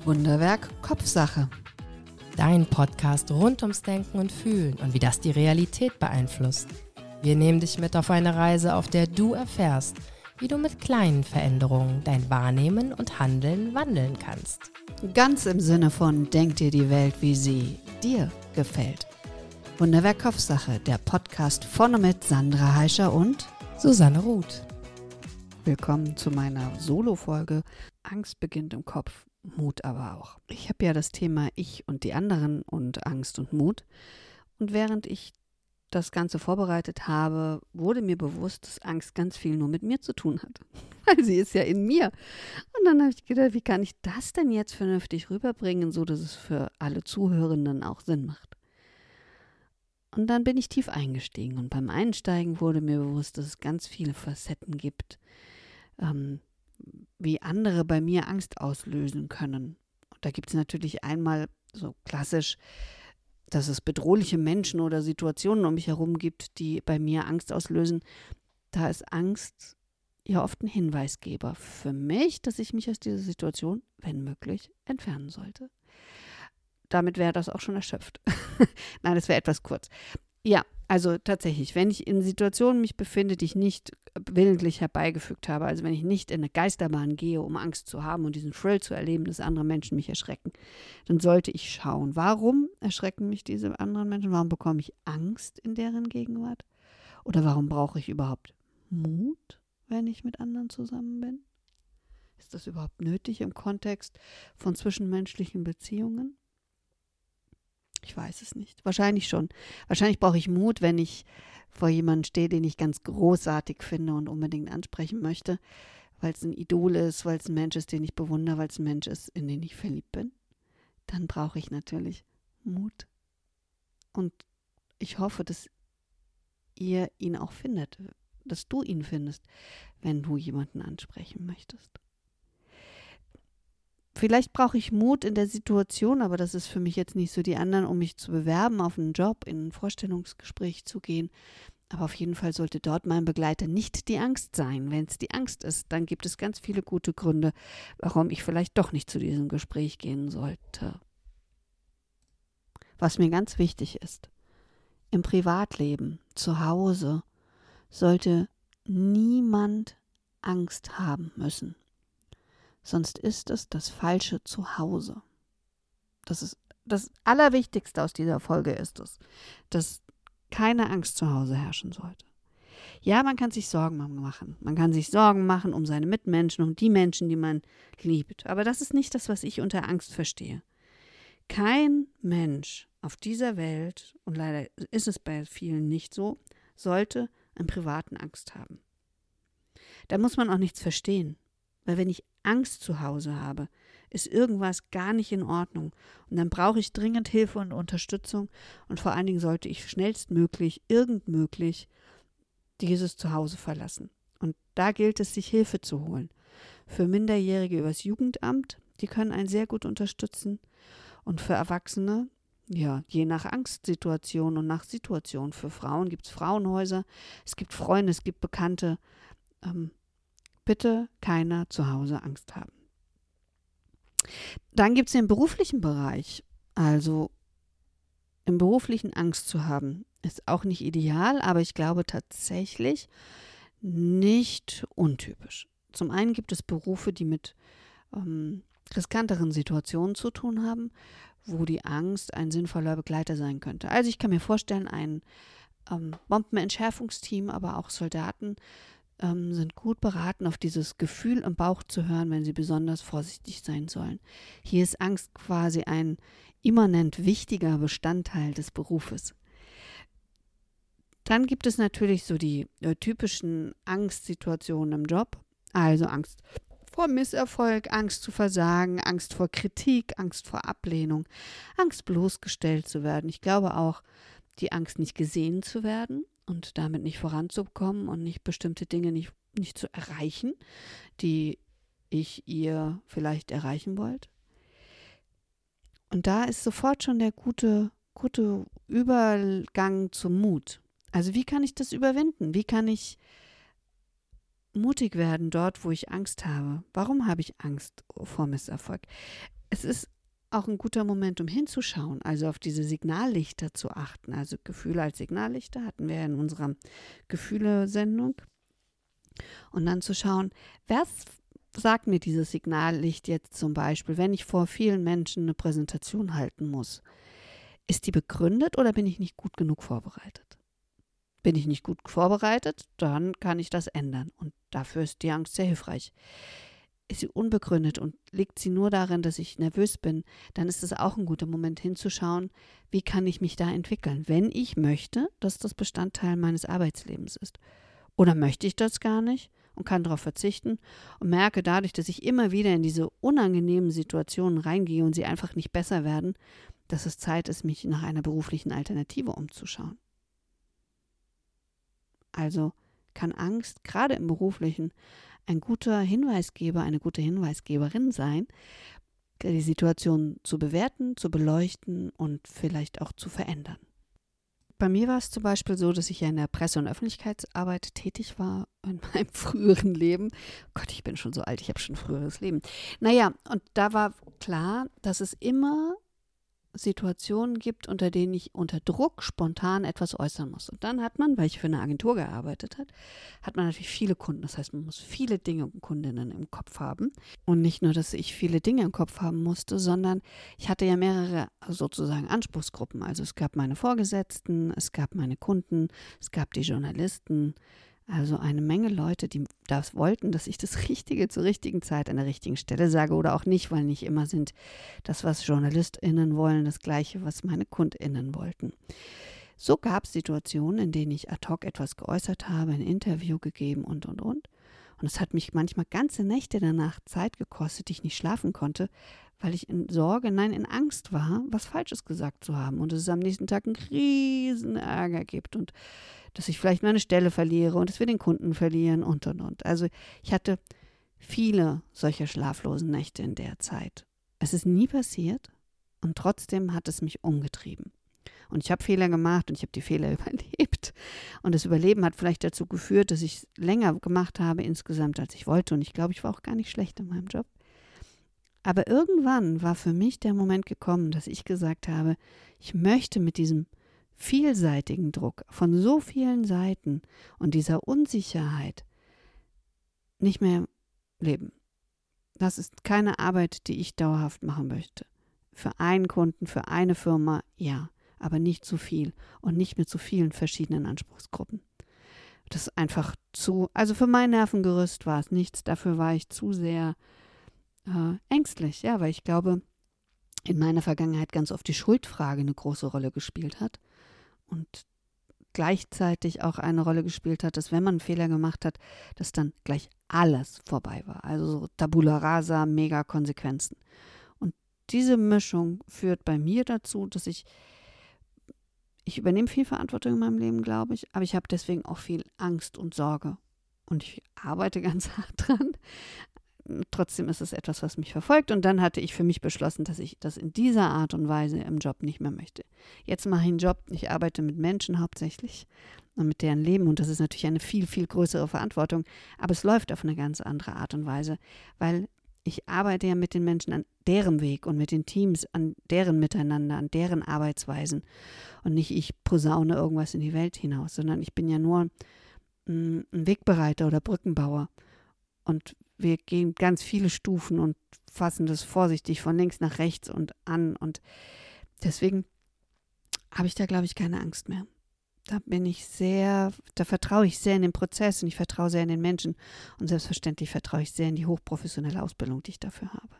Wunderwerk Kopfsache. Dein Podcast rund ums Denken und Fühlen und wie das die Realität beeinflusst. Wir nehmen dich mit auf eine Reise, auf der du erfährst, wie du mit kleinen Veränderungen dein Wahrnehmen und Handeln wandeln kannst. Ganz im Sinne von Denk dir die Welt, wie sie dir gefällt. Wunderwerk Kopfsache, der Podcast von und mit Sandra Heischer und Susanne Ruth. Willkommen zu meiner Solo-Folge. Angst beginnt im Kopf, Mut aber auch. Ich habe ja das Thema Ich und die anderen und Angst und Mut. Und während ich das Ganze vorbereitet habe, wurde mir bewusst, dass Angst ganz viel nur mit mir zu tun hat. Weil sie ist ja in mir. Und dann habe ich gedacht, wie kann ich das denn jetzt vernünftig rüberbringen, so dass es für alle Zuhörenden auch Sinn macht. Und dann bin ich tief eingestiegen. Und beim Einsteigen wurde mir bewusst, dass es ganz viele Facetten gibt, wie andere bei mir Angst auslösen können. Und da gibt es natürlich einmal so klassisch, dass es bedrohliche Menschen oder Situationen um mich herum gibt, die bei mir Angst auslösen. Da ist Angst ja oft ein Hinweisgeber für mich, dass ich mich aus dieser Situation, wenn möglich, entfernen sollte. Damit wäre das auch schon erschöpft. Nein, das wäre etwas kurz. Ja, also tatsächlich, wenn ich in Situationen mich befinde, die ich nicht willentlich herbeigefügt habe, also wenn ich nicht in eine Geisterbahn gehe, um Angst zu haben und diesen Thrill zu erleben, dass andere Menschen mich erschrecken, dann sollte ich schauen, warum erschrecken mich diese anderen Menschen, warum bekomme ich Angst in deren Gegenwart oder warum brauche ich überhaupt Mut, wenn ich mit anderen zusammen bin? Ist das überhaupt nötig im Kontext von zwischenmenschlichen Beziehungen? Ich weiß es nicht. Wahrscheinlich schon. Wahrscheinlich brauche ich Mut, wenn ich vor jemandem stehe, den ich ganz großartig finde und unbedingt ansprechen möchte, weil es ein Idol ist, weil es ein Mensch ist, den ich bewundere, weil es ein Mensch ist, in den ich verliebt bin. Dann brauche ich natürlich Mut. Und ich hoffe, dass ihr ihn auch findet, dass du ihn findest, wenn du jemanden ansprechen möchtest. Vielleicht brauche ich Mut in der Situation, aber das ist für mich jetzt nicht so die anderen, um mich zu bewerben, auf einen Job, in ein Vorstellungsgespräch zu gehen. Aber auf jeden Fall sollte dort mein Begleiter nicht die Angst sein. Wenn es die Angst ist, dann gibt es ganz viele gute Gründe, warum ich vielleicht doch nicht zu diesem Gespräch gehen sollte. Was mir ganz wichtig ist, im Privatleben, zu Hause, sollte niemand Angst haben müssen. Sonst ist es das falsche Zuhause. Das ist das Allerwichtigste aus dieser Folge ist es, dass keine Angst zu Hause herrschen sollte. Ja, man kann sich Sorgen machen. Man kann sich Sorgen machen um seine Mitmenschen, um die Menschen, die man liebt. Aber das ist nicht das, was ich unter Angst verstehe. Kein Mensch auf dieser Welt, und leider ist es bei vielen nicht so, sollte im Privaten Angst haben. Da muss man auch nichts verstehen. Weil wenn ich Angst zu Hause habe, ist irgendwas gar nicht in Ordnung. Und dann brauche ich dringend Hilfe und Unterstützung. Und vor allen Dingen sollte ich schnellstmöglich, irgend möglich, dieses Zuhause verlassen. Und da gilt es, sich Hilfe zu holen. Für Minderjährige übers Jugendamt, die können einen sehr gut unterstützen. Und für Erwachsene, ja, je nach Angstsituation und nach Situation. Für Frauen gibt es Frauenhäuser, es gibt Freunde, es gibt Bekannte. Bitte keiner zu Hause Angst haben. Dann gibt es den beruflichen Bereich. Also im beruflichen Angst zu haben, ist auch nicht ideal, aber ich glaube tatsächlich nicht untypisch. Zum einen gibt es Berufe, die mit riskanteren Situationen zu tun haben, wo die Angst ein sinnvoller Begleiter sein könnte. Also ich kann mir vorstellen, ein Bombenentschärfungsteam, aber auch Soldaten sind gut beraten, auf dieses Gefühl im Bauch zu hören, wenn sie besonders vorsichtig sein sollen. Hier ist Angst quasi ein immanent wichtiger Bestandteil des Berufes. Dann gibt es natürlich so die typischen Angstsituationen im Job, also Angst vor Misserfolg, Angst zu versagen, Angst vor Kritik, Angst vor Ablehnung, Angst bloßgestellt zu werden. Ich glaube auch, die Angst nicht gesehen zu werden und damit nicht voranzukommen und nicht bestimmte Dinge nicht zu erreichen, die ihr vielleicht erreichen wollt. Und da ist sofort schon der gute Übergang zum Mut. Also wie kann ich das überwinden? Wie kann ich mutig werden dort, wo ich Angst habe? Warum habe ich Angst vor Misserfolg? Es ist auch ein guter Moment, um hinzuschauen, also auf diese Signallichter zu achten. Also Gefühle als Signallichter hatten wir ja in unserer Gefühle-Sendung. Und dann zu schauen, was sagt mir dieses Signallicht jetzt zum Beispiel, wenn ich vor vielen Menschen eine Präsentation halten muss? Ist die begründet oder bin ich nicht gut genug vorbereitet? Bin ich nicht gut vorbereitet, dann kann ich das ändern. Und dafür ist die Angst sehr hilfreich. Ist sie unbegründet und liegt sie nur darin, dass ich nervös bin, dann ist es auch ein guter Moment hinzuschauen, wie kann ich mich da entwickeln, wenn ich möchte, dass das Bestandteil meines Arbeitslebens ist. Oder möchte ich das gar nicht und kann darauf verzichten und merke dadurch, dass ich immer wieder in diese unangenehmen Situationen reingehe und sie einfach nicht besser werden, dass es Zeit ist, mich nach einer beruflichen Alternative umzuschauen. Also kann Angst gerade im Beruflichen ein guter Hinweisgeber, eine gute Hinweisgeberin sein, die Situation zu bewerten, zu beleuchten und vielleicht auch zu verändern. Bei mir war es zum Beispiel so, dass ich ja in der Presse- und Öffentlichkeitsarbeit tätig war in meinem früheren Leben. Gott, ich bin schon so alt, ich habe schon ein früheres Leben. Naja, und da war klar, dass es immer Situationen gibt, unter denen ich unter Druck spontan etwas äußern muss. Und dann hat man, weil ich für eine Agentur gearbeitet habe, hat man natürlich viele Kunden. Das heißt, man muss viele Dinge und Kundinnen im Kopf haben. Und nicht nur, dass ich viele Dinge im Kopf haben musste, sondern ich hatte ja mehrere sozusagen Anspruchsgruppen. Also es gab meine Vorgesetzten, es gab meine Kunden, es gab die Journalisten. Also eine Menge Leute, die das wollten, dass ich das Richtige zur richtigen Zeit an der richtigen Stelle sage oder auch nicht, weil nicht immer sind das, was JournalistInnen wollen, das Gleiche, was meine KundInnen wollten. So gab es Situationen, in denen ich ad hoc etwas geäußert habe, ein Interview gegeben und. Und es hat mich manchmal ganze Nächte danach Zeit gekostet, die ich nicht schlafen konnte, weil ich in Sorge, nein, in Angst war, was Falsches gesagt zu haben und dass es am nächsten Tag einen riesen Ärger gibt und dass ich vielleicht meine Stelle verliere und dass wir den Kunden verlieren und. Also ich hatte viele solcher schlaflosen Nächte in der Zeit. Es ist nie passiert und trotzdem hat es mich umgetrieben. Und ich habe Fehler gemacht und ich habe die Fehler überlebt. Und das Überleben hat vielleicht dazu geführt, dass ich es länger gemacht habe insgesamt, als ich wollte. Und ich glaube, ich war auch gar nicht schlecht in meinem Job. Aber irgendwann war für mich der Moment gekommen, dass ich gesagt habe, ich möchte mit diesem vielseitigen Druck von so vielen Seiten und dieser Unsicherheit nicht mehr leben. Das ist keine Arbeit, die ich dauerhaft machen möchte. Für einen Kunden, für eine Firma, ja, aber nicht zu viel und nicht mit so vielen verschiedenen Anspruchsgruppen. Das ist einfach also für mein Nervengerüst war es nichts, dafür war ich zu sehr ängstlich, ja, weil ich glaube, in meiner Vergangenheit ganz oft die Schuldfrage eine große Rolle gespielt hat und gleichzeitig auch eine Rolle gespielt hat, dass wenn man einen Fehler gemacht hat, dass dann gleich alles vorbei war. Also so Tabula rasa, mega Konsequenzen. Und diese Mischung führt bei mir dazu, dass ich übernehme viel Verantwortung in meinem Leben, glaube ich, aber ich habe deswegen auch viel Angst und Sorge. Und ich arbeite ganz hart dran. Trotzdem ist es etwas, was mich verfolgt. Und dann hatte ich für mich beschlossen, dass ich das in dieser Art und Weise im Job nicht mehr möchte. Jetzt mache ich einen Job, ich arbeite mit Menschen hauptsächlich und mit deren Leben. Und das ist natürlich eine viel, viel größere Verantwortung. Aber es läuft auf eine ganz andere Art und Weise, weil ich arbeite ja mit den Menschen an deren Weg und mit den Teams an deren Miteinander, an deren Arbeitsweisen. Und nicht ich posaune irgendwas in die Welt hinaus, sondern ich bin ja nur ein Wegbereiter oder Brückenbauer. Und wir gehen ganz viele Stufen und fassen das vorsichtig von links nach rechts und an. Und deswegen habe ich da, glaube ich, keine Angst mehr. Da vertraue ich sehr in den Prozess und ich vertraue sehr in den Menschen. Und selbstverständlich vertraue ich sehr in die hochprofessionelle Ausbildung, die ich dafür habe.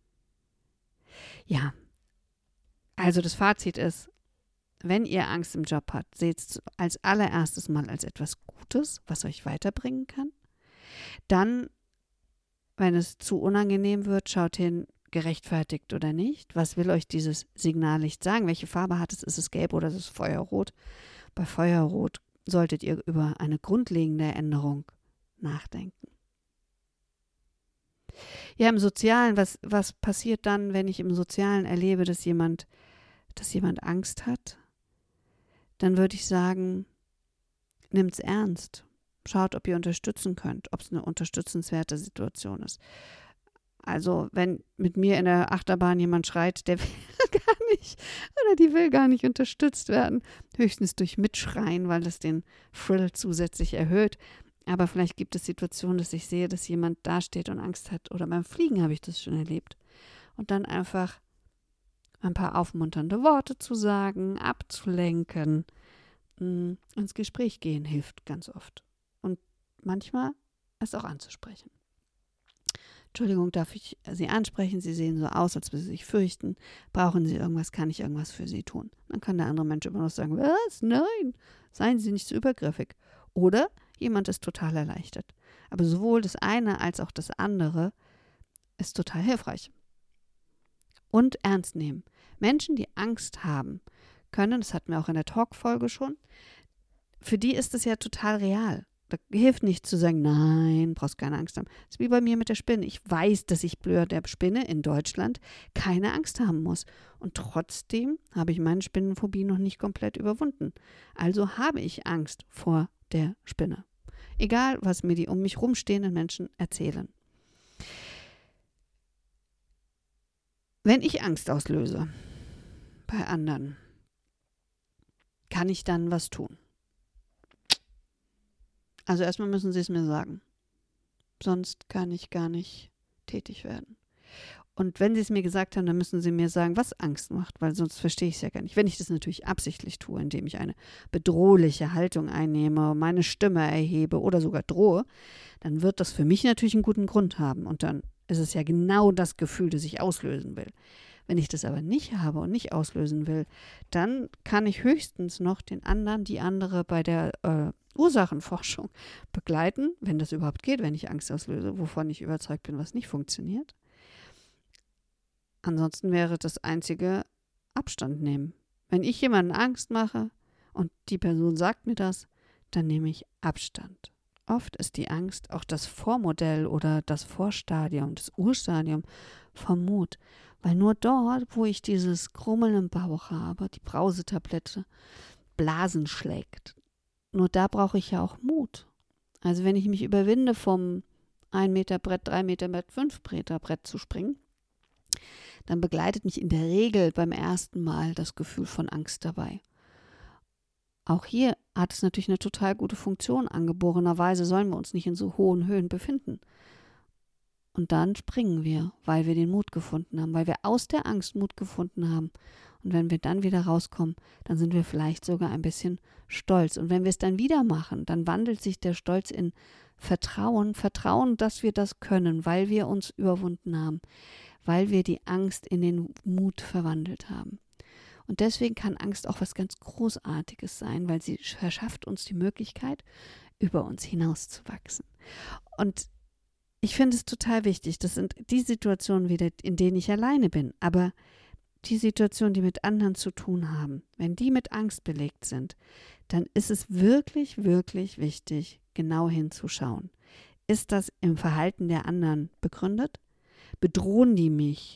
Ja, also das Fazit ist, wenn ihr Angst im Job habt, seht es als allererstes mal als etwas Gutes, was euch weiterbringen kann. Dann, wenn es zu unangenehm wird, schaut hin, gerechtfertigt oder nicht. Was will euch dieses Signallicht sagen? Welche Farbe hat es? Ist es gelb oder ist es feuerrot? Bei Feuerrot solltet ihr über eine grundlegende Änderung nachdenken. Ja, im Sozialen, was passiert dann, wenn ich im Sozialen erlebe, dass jemand Angst hat? Dann würde ich sagen, nimmt's ernst. Schaut, ob ihr unterstützen könnt, ob es eine unterstützenswerte Situation ist. Also wenn mit mir in der Achterbahn jemand schreit, der will gar nicht oder die will gar nicht unterstützt werden, höchstens durch Mitschreien, weil das den Thrill zusätzlich erhöht. Aber vielleicht gibt es Situationen, dass ich sehe, dass jemand dasteht und Angst hat. Oder beim Fliegen habe ich das schon erlebt. Und dann einfach ein paar aufmunternde Worte zu sagen, abzulenken, ins Gespräch gehen hilft ganz oft. Und manchmal es auch anzusprechen. Entschuldigung, darf ich Sie ansprechen? Sie sehen so aus, als würden Sie sich fürchten. Brauchen Sie irgendwas? Kann ich irgendwas für Sie tun? Dann kann der andere Mensch immer noch sagen, was? Nein, seien Sie nicht so übergriffig. Oder jemand ist total erleichtert. Aber sowohl das eine als auch das andere ist total hilfreich. Und ernst nehmen. Menschen, die Angst haben können, das hatten wir auch in der Talk-Folge schon, für die ist es ja total real. Da hilft nicht zu sagen, nein, brauchst keine Angst haben. Das ist wie bei mir mit der Spinne. Ich weiß, dass ich blöd der Spinne in Deutschland keine Angst haben muss. Und trotzdem habe ich meine Spinnenphobie noch nicht komplett überwunden. Also habe ich Angst vor der Spinne. Egal, was mir die um mich rumstehenden Menschen erzählen. Wenn ich Angst auslöse bei anderen, kann ich dann was tun? Also erstmal müssen Sie es mir sagen. Sonst kann ich gar nicht tätig werden. Und wenn Sie es mir gesagt haben, dann müssen Sie mir sagen, was Angst macht, weil sonst verstehe ich es ja gar nicht. Wenn ich das natürlich absichtlich tue, indem ich eine bedrohliche Haltung einnehme, meine Stimme erhebe oder sogar drohe, dann wird das für mich natürlich einen guten Grund haben. Und dann ist es ja genau das Gefühl, das ich auslösen will. Wenn ich das aber nicht habe und nicht auslösen will, dann kann ich höchstens noch den anderen, die andere bei der Ursachenforschung begleiten, wenn das überhaupt geht, wenn ich Angst auslöse, wovon ich überzeugt bin, was nicht funktioniert. Ansonsten wäre das einzige Abstand nehmen. Wenn ich jemandem Angst mache und die Person sagt mir das, dann nehme ich Abstand. Oft ist die Angst auch das Vormodell oder das Vorstadium, das Urstadium vom Mut. Weil nur dort, wo ich dieses Grummeln im Bauch habe, die Brausetablette Blasen schlägt, nur da brauche ich ja auch Mut. Also wenn ich mich überwinde, vom 1 Meter Brett, 3 Meter Brett, 5 Meter Brett zu springen, dann begleitet mich in der Regel beim ersten Mal das Gefühl von Angst dabei. Auch hier hat es natürlich eine total gute Funktion. Angeborenerweise sollen wir uns nicht in so hohen Höhen befinden. Und dann springen wir, weil wir den Mut gefunden haben, weil wir aus der Angst Mut gefunden haben. Und wenn wir dann wieder rauskommen, dann sind wir vielleicht sogar ein bisschen stolz. Und wenn wir es dann wieder machen, dann wandelt sich der Stolz in Vertrauen. Vertrauen, dass wir das können, weil wir uns überwunden haben, weil wir die Angst in den Mut verwandelt haben. Und deswegen kann Angst auch was ganz Großartiges sein, weil sie verschafft uns die Möglichkeit, über uns hinauszuwachsen. Und ich finde es total wichtig, das sind die Situationen wieder, in denen ich alleine bin, aber die Situationen, die mit anderen zu tun haben, wenn die mit Angst belegt sind, dann ist es wirklich, wirklich wichtig, genau hinzuschauen. Ist das im Verhalten der anderen begründet? Bedrohen die mich?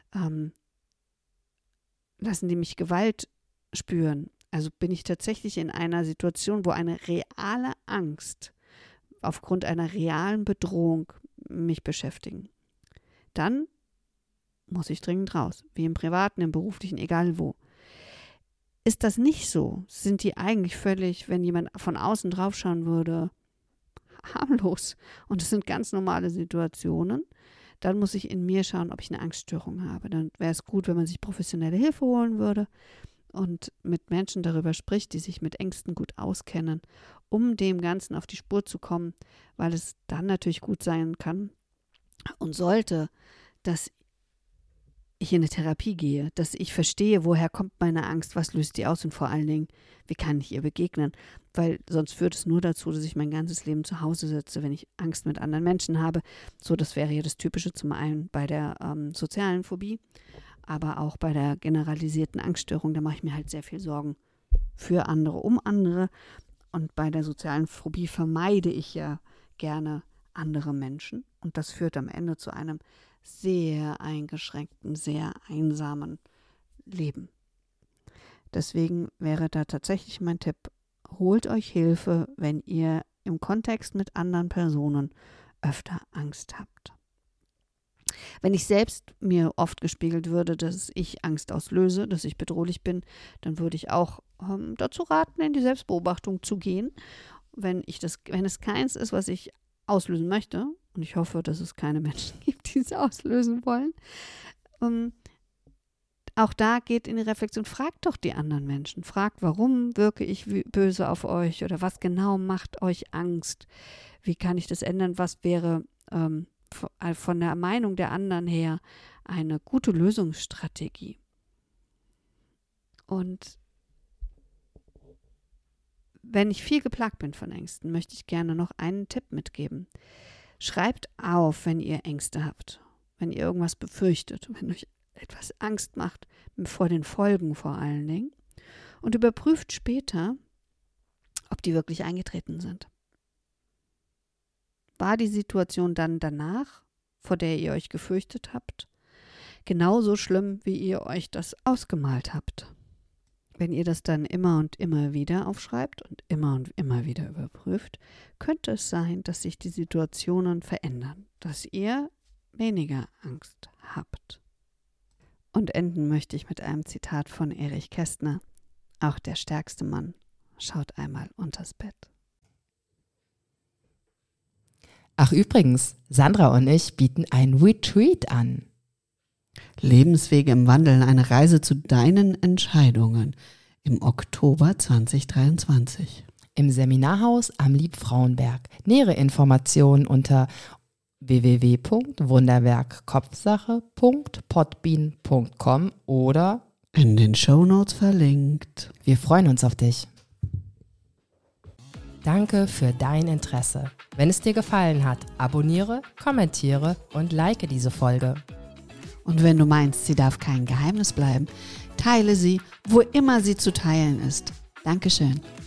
Lassen die mich Gewalt spüren? Also bin ich tatsächlich in einer Situation, wo eine reale Angst aufgrund einer realen Bedrohung mich beschäftigen. Dann muss ich dringend raus, wie im Privaten, im Beruflichen, egal wo. Ist das nicht so? Sind die eigentlich völlig, wenn jemand von außen draufschauen würde, harmlos? Und es sind ganz normale Situationen. Dann muss ich in mir schauen, ob ich eine Angststörung habe. Dann wäre es gut, wenn man sich professionelle Hilfe holen würde und mit Menschen darüber spricht, die sich mit Ängsten gut auskennen, um dem Ganzen auf die Spur zu kommen, weil es dann natürlich gut sein kann und sollte, dass ich in eine Therapie gehe, dass ich verstehe, woher kommt meine Angst, was löst die aus und vor allen Dingen, wie kann ich ihr begegnen, weil sonst führt es nur dazu, dass ich mein ganzes Leben zu Hause sitze, wenn ich Angst mit anderen Menschen habe. So, das wäre ja das Typische zum einen bei der sozialen Phobie, aber auch bei der generalisierten Angststörung, da mache ich mir halt sehr viel Sorgen für andere, um andere. Und bei der sozialen Phobie vermeide ich ja gerne andere Menschen. Und das führt am Ende zu einem sehr eingeschränkten, sehr einsamen Leben. Deswegen wäre da tatsächlich mein Tipp, holt euch Hilfe, wenn ihr im Kontext mit anderen Personen öfter Angst habt. Wenn ich selbst mir oft gespiegelt würde, dass ich Angst auslöse, dass ich bedrohlich bin, dann würde ich auch dazu raten, in die Selbstbeobachtung zu gehen. Wenn es keins ist, was ich auslösen möchte, und ich hoffe, dass es keine Menschen gibt, die es auslösen wollen, auch da geht in die Reflexion, fragt doch die anderen Menschen. Fragt, warum wirke ich böse auf euch oder was genau macht euch Angst? Wie kann ich das ändern? Was wäre von der Meinung der anderen her eine gute Lösungsstrategie? Und wenn ich viel geplagt bin von Ängsten, möchte ich gerne noch einen Tipp mitgeben. Schreibt auf, wenn ihr Ängste habt, wenn ihr irgendwas befürchtet, wenn euch etwas Angst macht, vor den Folgen vor allen Dingen, und überprüft später, ob die wirklich eingetreten sind. War die Situation dann danach, vor der ihr euch gefürchtet habt, genauso schlimm, wie ihr euch das ausgemalt habt? Wenn ihr das dann immer und immer wieder aufschreibt und immer wieder überprüft, könnte es sein, dass sich die Situationen verändern, dass ihr weniger Angst habt. Und enden möchte ich mit einem Zitat von Erich Kästner. Auch der stärkste Mann schaut einmal unters Bett. Ach übrigens, Sandra und ich bieten ein Retreat an. Lebenswege im Wandel, eine Reise zu deinen Entscheidungen im Oktober 2023. Im Seminarhaus am Liebfrauenberg. Nähere Informationen unter www.wunderwerkkopfsache.podbean.com oder in den Shownotes verlinkt. Wir freuen uns auf dich. Danke für dein Interesse. Wenn es dir gefallen hat, abonniere, kommentiere und like diese Folge. Und wenn du meinst, sie darf kein Geheimnis bleiben, teile sie, wo immer sie zu teilen ist. Dankeschön.